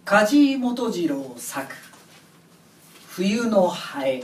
梶井基次郎作冬のハエ。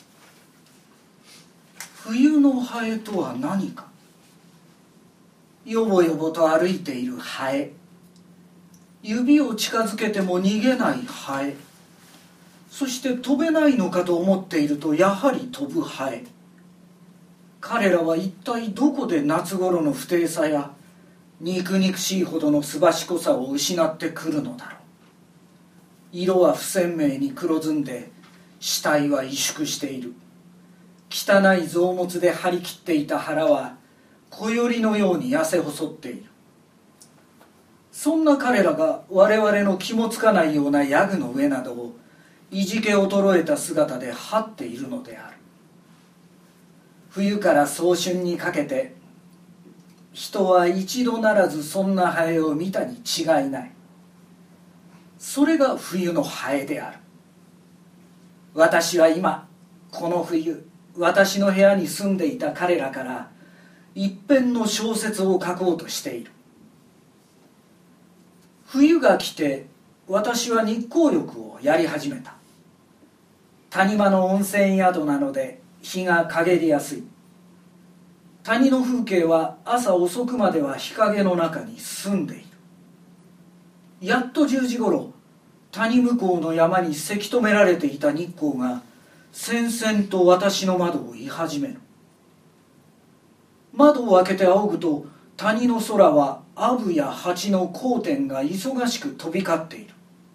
冬のハエとは何か。よぼよぼと歩いているハエ、指を近づけても逃げないハエ、そして飛べないのかと思っているとやはり飛ぶハエ。彼らは一体どこで夏頃の不定さや肉々しいほどのすばしこさを失ってくるのだろう。色は不鮮明に黒ずんで、死体は萎縮している。汚い臓物で張り切っていた腹は小よりのように痩せ細っている。そんな彼らが我々の気もつかないようなヤグの上などをいじけ衰えた姿で這っているのである。冬から早春にかけて人は一度ならずそんなハエを見たに違いない。それが冬のハエである。私は今この冬、私の部屋に住んでいた彼らから一編の小説を書こうとしている。冬が来て私は日光浴をやり始めた。谷間の温泉宿なので日が陰りやすい。谷の風景は朝遅くまでは日陰の中に住んでいる。やっと10時ごろ、谷向こうの山にせき止められていた日光がせんせんと私の窓を射始める。窓を開けて仰ぐと谷の空はアブやハチの光点が忙しく飛び交っている。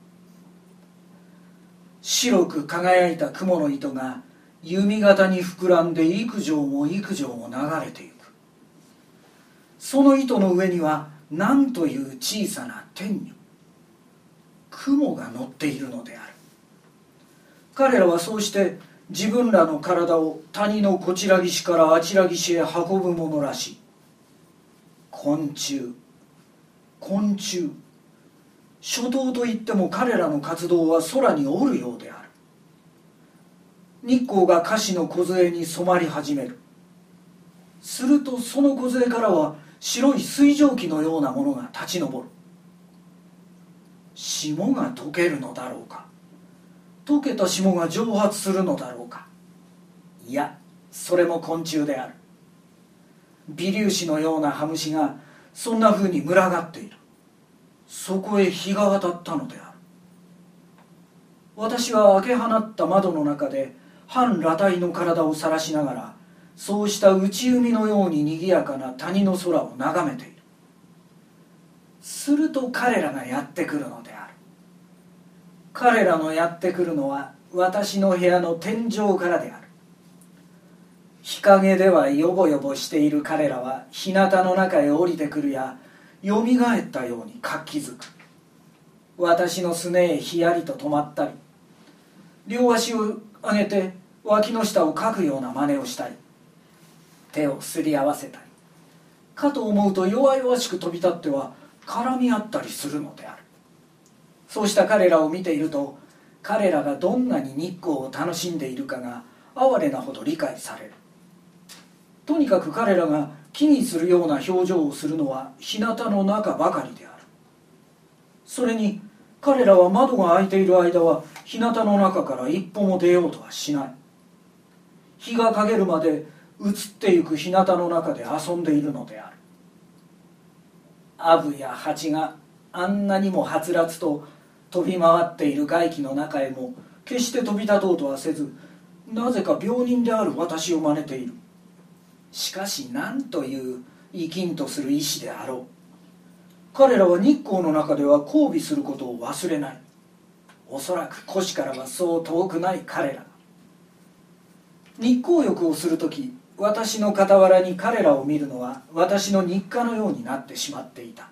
白く輝いた雲の糸が弓形に膨らんで幾畳も幾畳も流れていく。その糸の上には何という小さな天女、雲が乗っているのである。彼らはそうして自分らの体を谷のこちら岸からあちら岸へ運ぶものらしい。昆虫、昆虫、初冬といっても彼らの活動は空におるようである。日光がカシの梢に染まり始める。するとその梢からは白い水蒸気のようなものが立ち上る。霜が溶けるのだろうか。溶けた霜が蒸発するのだろうか。いや、それも昆虫である。微粒子のようなハムシがそんなふうに群がっている。そこへ日が当たったのである。私は開け放った窓の中で半裸体の体を晒しながら、そうした内海のように賑やかな谷の空を眺めている。すると彼らがやってくるのである。彼らのやってくるのは私の部屋の天井からである。日陰ではよぼよぼしている彼らは日向の中へ降りてくるや、よみがえったように活気づく。私のすねへひやりと止まったり、両足を上げて脇の下をかくような真似をしたり、手をすり合わせたり、かと思うと弱々しく飛び立っては絡み合ったりするのである。そうした彼らを見ていると、彼らがどんなに日光を楽しんでいるかが哀れなほど理解される。とにかく彼らが気にするような表情をするのは日向の中ばかりである。それに彼らは窓が開いている間は日向の中から一歩も出ようとはしない。日が陰るまで移ってゆく日向の中で遊んでいるのである。アブやハチがあんなにもはつらつと飛び回っている外気の中へも決して飛び立とうとはせず、なぜか病人である私を真似ている。しかし何という生きんとする意志であろう。彼らは日光の中では交尾することを忘れない。おそらく古紙からはそう遠くない彼らが。日光浴をするとき、私の傍らに彼らを見るのは私の日課のようになってしまっていた。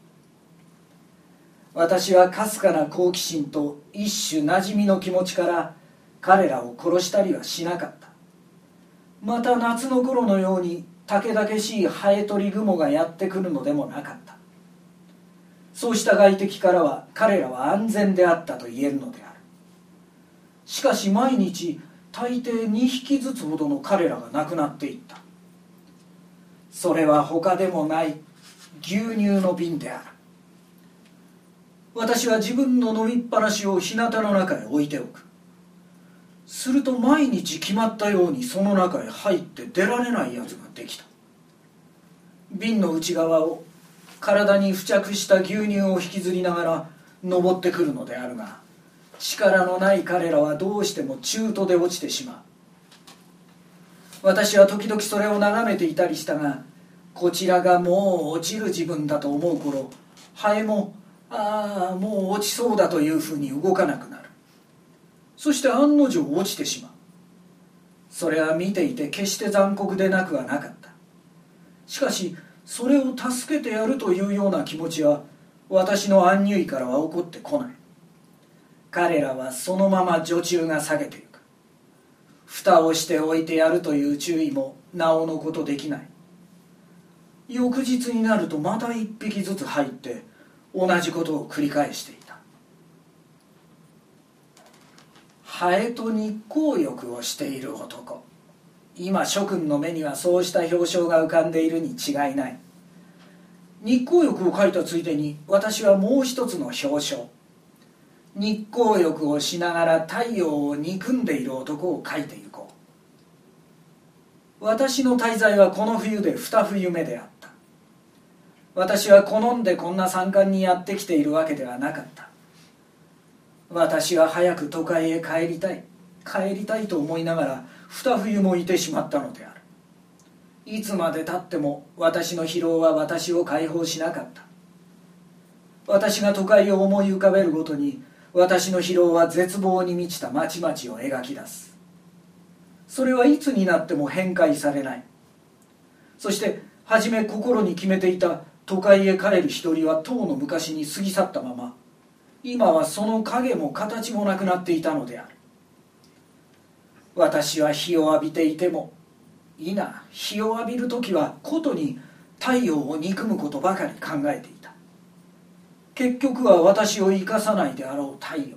私はかすかな好奇心と一種馴染みの気持ちから彼らを殺したりはしなかった。また夏の頃のようにたけだけしいハエ取り雲がやってくるのでもなかった。そうした外敵からは彼らは安全であったと言えるのである。しかし毎日大抵2匹ずつほどの彼らが亡くなっていった。それは他でもない牛乳の瓶である。 私は自分の飲みっぱなしを日向の中へ置いておく。すると毎日決まったようにその中へ入って出られないやつができた。瓶の内側を体に付着した牛乳を引きずりながら登ってくるのであるが、力のない彼らはどうしても中途で落ちてしまう。私は時々それを眺めていたりしたが、こちらがもう落ちる自分だと思う頃、ハエももう落ちそうだというふうに動かなくなる。そして案の定落ちてしまう。それは見ていて決して残酷でなくはなかった。しかしそれを助けてやるというような気持ちは私のアンニュイからは起こってこない。彼らはそのまま女中が下げていく。蓋をしておいてやるという注意もなおのことできない。翌日になるとまた一匹ずつ入って同じことを繰り返していた。ハエと日光浴をしている男。今諸君の目にはそうした表彰が浮かんでいるに違いない。日光浴を書いたついでに私はもう一つの表彰、日光浴をしながら太陽を憎んでいる男を書いていこう。私の滞在はこの冬で2冬目であった。私は好んでこんな山間にやってきているわけではなかった。私は早く都会へ帰りたいと思いながら2冬もいてしまったのである。いつまでたっても私の疲労は私を解放しなかった。私が都会を思い浮かべるごとに私の疲労は絶望に満ちた町々を描き出す。それはいつになっても変改されない。そして初め心に決めていた都会へ帰る一人はとうの昔に過ぎ去ったまま、今はその影も形もなくなっていたのである。私は日を浴びていても日を浴びるときはことに太陽を憎むことばかり考えていた。結局は私を生かさないであろう太陽、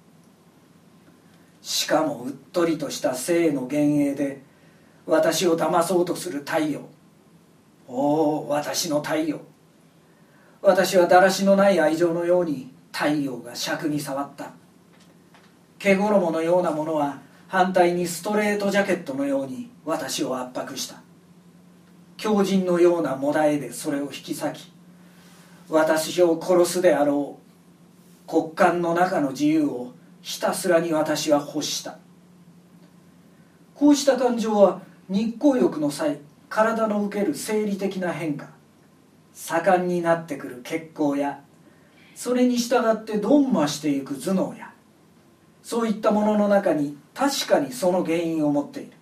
しかもうっとりとした生の幻影で私を騙そうとする太陽。おお、私の太陽。私はだらしのない愛情のように太陽が尺に触った。毛衣のようなものは反対にストレートジャケットのように私を圧迫した。狂人のようなもだえでそれを引き裂き、私を殺すであろう骨幹の中の自由をひたすらに私は欲した。こうした感情は日光浴の際、体の受ける生理的な変化、盛んになってくる血行や、それに従ってどんましていく頭脳や、そういったものの中に確かにその原因を持っている。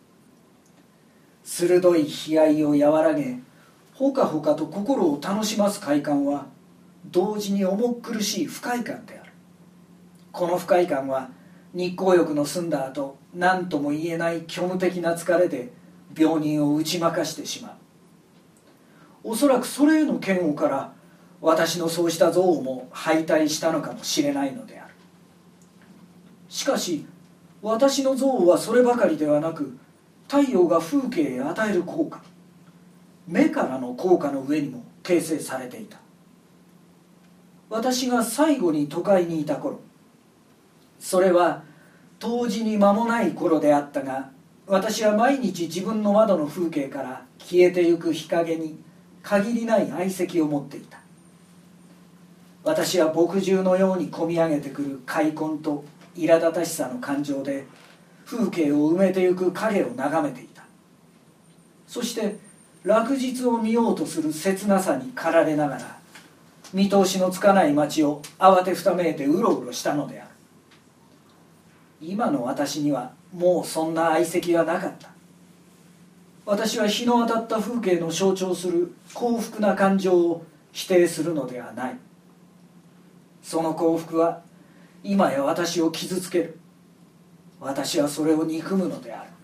鋭い悲哀を和らげ、ほかほかと心を楽します快感は同時に重苦しい不快感である。この不快感は日光浴の済んだ後、何とも言えない虚無的な疲れで病人を打ち負かしてしまう。おそらくそれへの嫌悪から私のそうした憎悪も敗退したのかもしれないのである。しかし私の憎悪はそればかりではなく、太陽が風景へ与える効果、目からの効果の上にも形成されていた。私が最後に都会にいた頃、それは冬至に間もない頃であったが、私は毎日自分の窓の風景から消えてゆく日陰に限りない愛惜を持っていた。私は墨汁のようにこみ上げてくる悔恨と苛立たしさの感情で風景を埋めてゆく影を眺めていた。そして落日を見ようとする切なさに駆られながら、見通しのつかない街を慌てふためいてうろうろしたのである。今の私にはもうそんな愛惜はなかった。私は日の当たった風景の象徴する幸福な感情を否定するのではない。その幸福は今や私を傷つける。私はそれを憎むのである。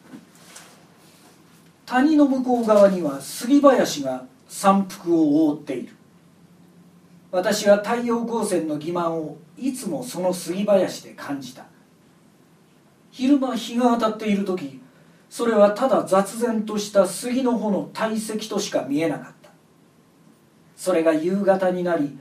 谷の向こう側には杉林が山腹を覆っている。私は太陽光線の欺瞞をいつもその杉林で感じた。昼間日が当たっている時、それはただ雑然とした杉の穂の堆積としか見えなかった。それが夕方になり、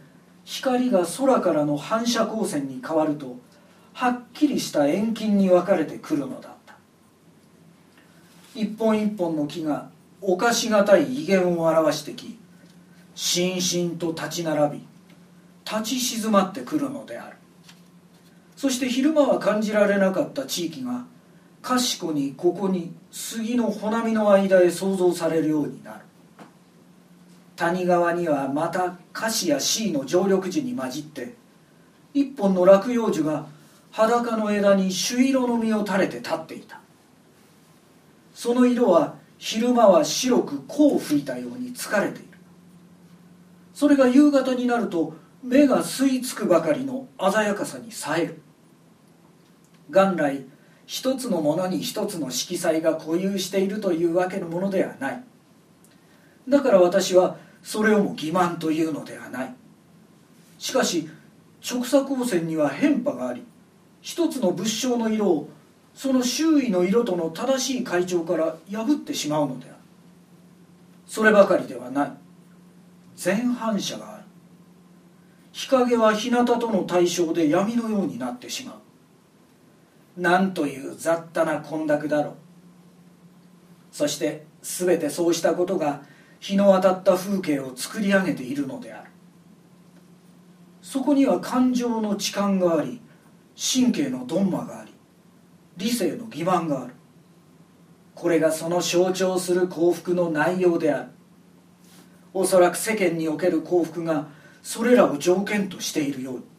光が空からの反射光線に変わるとはっきりした遠近に分かれてくるのだった。一本一本の木が侵しがたい威厳を表してき、しんしんと立ち並び立ち静まってくるのである。そして昼間は感じられなかった地域がかしこにここに杉の穂波の間へ想像されるようになる。谷川にはまたカシやシイの常緑樹に混じって一本の落葉樹が裸の枝に朱色の実を垂れて立っていた。その色は昼間は白く弧を吹いたように疲れている。それが夕方になると目が吸い付くばかりの鮮やかさに冴える。元来一つのものに一つの色彩が固有しているというわけのものではない。だから私はそれをも欺瞞というのではない。しかし直射光線には変化があり、一つの物象の色をその周囲の色との正しい階調から破ってしまうのである。そればかりではない。全反射がある。日陰は日向との対照で闇のようになってしまう。なんという雑多な混濁だろう。そして全てそうしたことが日の当たった風景を作り上げているのである。そこには感情の痴漢があり、神経のドンマがあり、理性の欺瞞がある。これがその象徴する幸福の内容である。おそらく世間における幸福がそれらを条件としているように。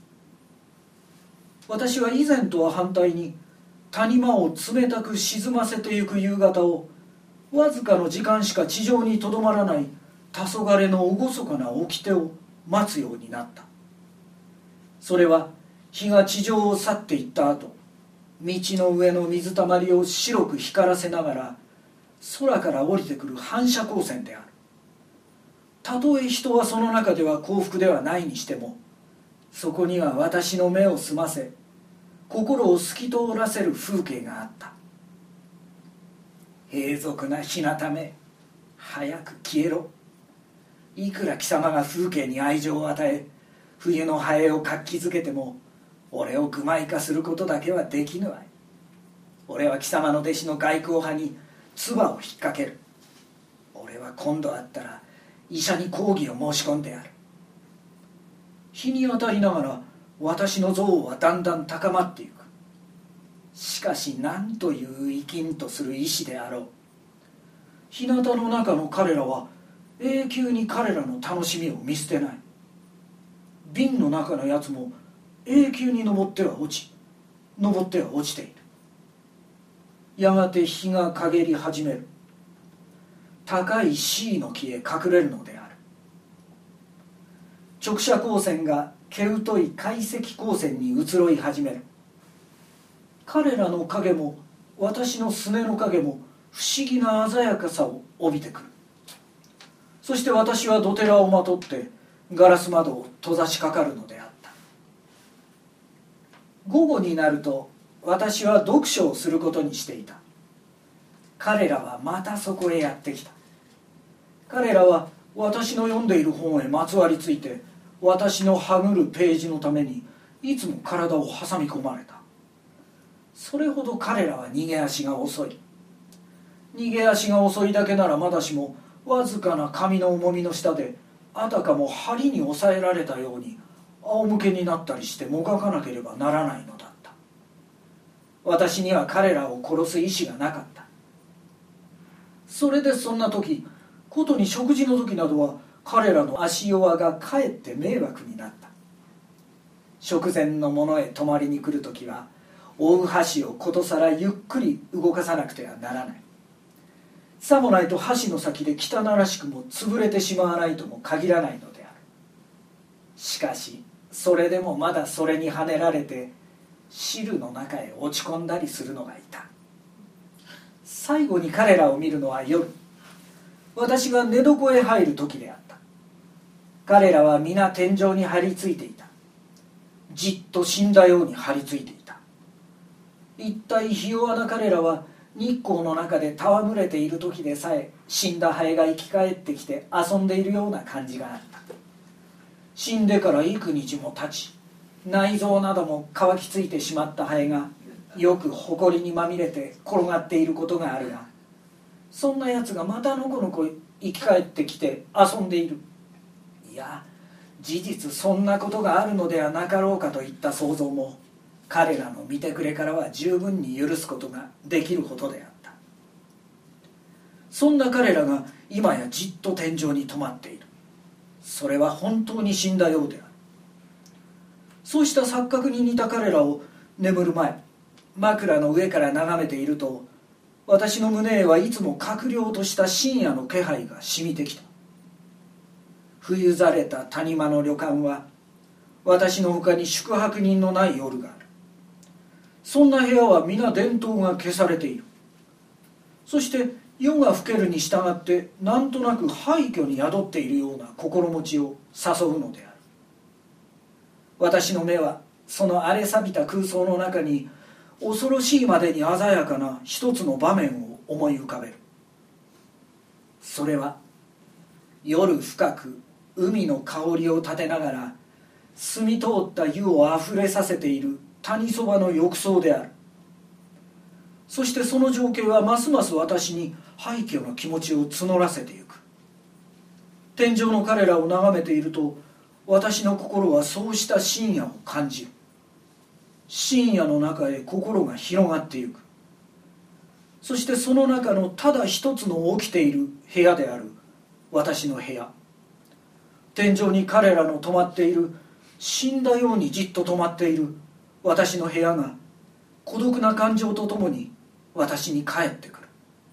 私は以前とは反対に谷間を冷たく沈ませてゆく夕方をわずかの時間しか地上にとどまらない黄昏の厳かな掟を待つようになった。それは日が地上を去っていった後、道の上の水たまりを白く光らせながら空から降りてくる反射光線である。たとえ人はその中では幸福ではないにしても、そこには私の目を澄ませ心を透き通らせる風景があった。平俗な日向め、早く消えろ。いくら貴様が風景に愛情を与え冬のハエを活気づけても俺を愚昧化することだけはできぬわい。俺は貴様の弟子の外交派に唾を引っ掛ける。俺は今度会ったら医者に抗議を申し込んでやる。日に当たりながら私の憎悪はだんだん高まっていく。しかし何という生きんとする意志であろう。日向の中の彼らは永久に彼らの楽しみを見捨てない。瓶の中のやつも永久に登っては落ち、登っては落ちている。やがて日が陰り始める。高いシイの木へ隠れるのである。直射光線が毛太い懐石光線に移ろい始める。彼らの影も私のすねの影も不思議な鮮やかさを帯びてくる。そして私はドテラをまとってガラス窓を閉ざしかかるのであった。午後になると私は読書をすることにしていた。彼らはまたそこへやってきた。彼らは私の読んでいる本へまつわりついて私のはぐるページのためにいつも体を挟み込まれた。それほど彼らは逃げ足が遅い。逃げ足が遅いだけならまだしも、わずかな髪の重みの下であたかも針に押さえられたように仰向けになったりしてもがかなければならないのだった。私には彼らを殺す意志がなかった。それでそんな時、ことに食事の時などは彼らの足弱がかえって迷惑になった。食前のものへ泊まりに来る時は追う箸をことさらゆっくり動かさなくてはならない。さもないと箸の先で汚らしくも潰れてしまわないとも限らないのである。しかしそれでもまだそれに跳ねられて汁の中へ落ち込んだりするのがいた。最後に彼らを見るのは夜、私が寝床へ入る時であった。彼らは皆天井に張り付いていた。じっと死んだように張り付いていた。一体ひ弱な彼らは日光の中で戯れている時でさえ死んだハエが生き返ってきて遊んでいるような感じがあった。 死んでから幾日も経ち、内臓なども乾きついてしまったハエがよく埃にまみれて転がっていることがあるが、そんなやつがまたのこのこ生き返ってきて遊んでいる。いや、事実そんなことがあるのではなかろうかといった想像も彼らの見てくれからは十分に許すことができるほどであった。そんな彼らが今やじっと天井に止まっている。それは本当に死んだようである。そうした錯覚に似た彼らを眠る前、枕の上から眺めていると、私の胸へはいつも閣僚とした深夜の気配が染みてきた。冬ざれた谷間の旅館は私のほかに宿泊人のない夜がある。そんな部屋は皆電灯が消されている。そして夜が更けるに従ってなんとなく廃墟に宿っているような心持ちを誘うのである。私の目はその荒れ錆びた空想の中に恐ろしいまでに鮮やかな一つの場面を思い浮かべる。それは夜深く海の香りを立てながら澄み通った湯をあふれさせている谷そばの浴槽である。そしてその情景はますます私に廃墟の気持ちを募らせてゆく。天井の彼らを眺めていると、私の心はそうした深夜を感じる。深夜の中へ心が広がってゆく。そしてその中のただ一つの起きている部屋である私の部屋、天井に彼らの止まっている、死んだようにじっと止まっている私の部屋が孤独な感情とともに私に帰ってくる。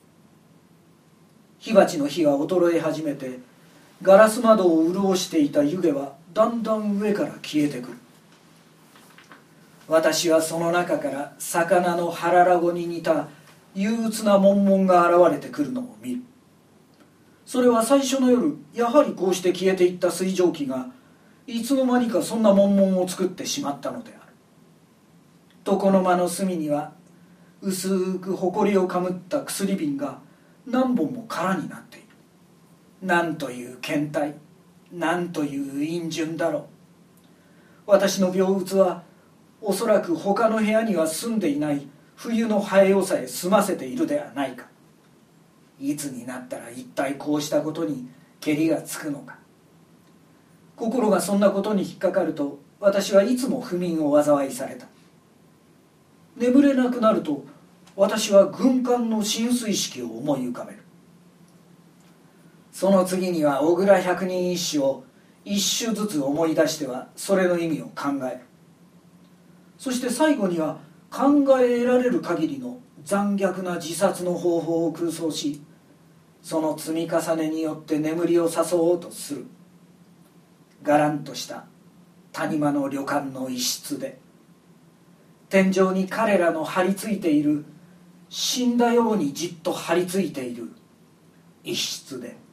火鉢の火が衰え始めて、ガラス窓を潤していた湯気はだんだん上から消えてくる。私はその中から魚の腹ラゴに似た憂鬱な悶々が現れてくるのを見る。それは最初の夜、やはりこうして消えていった水蒸気がいつの間にかそんな悶々を作ってしまったのである。床の間の隅には薄く埃をかむった薬瓶が何本も空になっている。なんという検体、なんという陰順だろう。私の病鬱はおそらく他の部屋には住んでいない冬のハエをさえ済ませているではないか。いつになったら一体こうしたことにけりがつくのか。心がそんなことに引っかかると、私はいつも不眠を災いされた。眠れなくなると、私は軍艦の進水式を思い浮かべる。その次には小倉百人一首を一首ずつ思い出してはそれの意味を考える。そして最後には考えられる限りの残虐な自殺の方法を空想し、その積み重ねによって眠りを誘おうとする。がらんとした谷間の旅館の一室で、天井に彼らの張り付いている、死んだようにじっと張り付いている一室で。